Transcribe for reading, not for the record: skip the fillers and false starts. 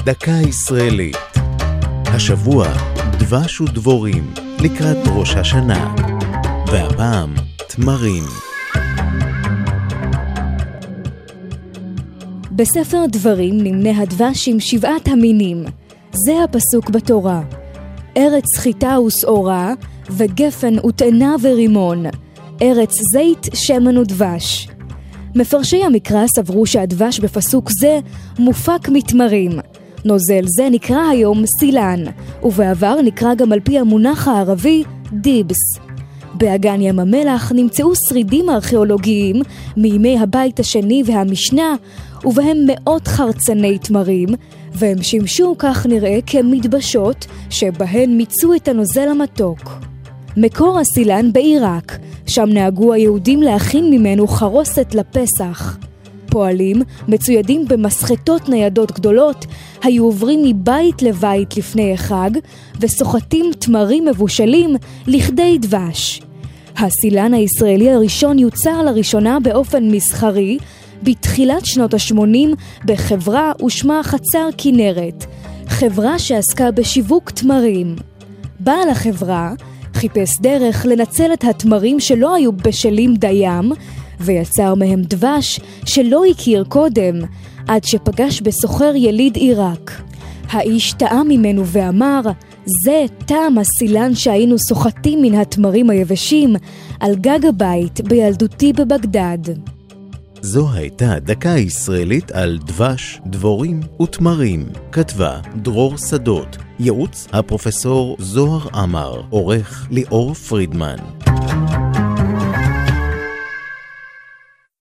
דקה ישראלית. השבוע דבש ודבורים לקראת ראש השנה, והפעם תמרים. בספר דברים נמנה הדבש עם 7 המינים. זה הפסוק בתורה: ארץ חיטה ושעורה, וגפן ותאנה ורימון, ארץ זית, שמן ודבש. מפרשי המקרא סברו שהדבש בפסוק זה מופק מתמרים. נוזל זה נקרא היום סילן, ובעבר נקרא גם על פי המונח הערבי דיבס. באגן ים המלח נמצאו שרידים ארכיאולוגיים מימי הבית השני והמשנה, ובהם מאות חרצני תמרים, והם שימשו, כך נראה, כמדבשות שבהן מיצו את הנוזל המתוק. מקור הסילן בעיראק, שם נהגו היהודים להכין ממנו חרוסת לפסח. פועלים, מצוידים במסחטות ניידות גדולות, היו עוברים מבית לבית לפני החג, וסוחטים תמרים מבושלים לכדי דבש. הסילן הישראלי הראשון יוצר לראשונה באופן מסחרי, בתחילת שנות ה-80 בחברה ושמה חצר כנרת, חברה שעסקה בשיווק תמרים. בעל החברה חיפש דרך לנצל את התמרים שלא היו בשלים דיים, ויצר מהם דבש שלא הכיר קודם, עד שפגש בסוחר יליד עיראק. האיש טעם ממנו ואמר, זה טעם הסילן שהיינו סוחטים מן התמרים היבשים על גג הבית בילדותי בבגדד. זו הייתה דקה ישראלית על דבש, דבורים ותמרים. כתבה דרור שדות, ייעוץ הפרופסור זוהר אמר, עורך ליאור פרידמן.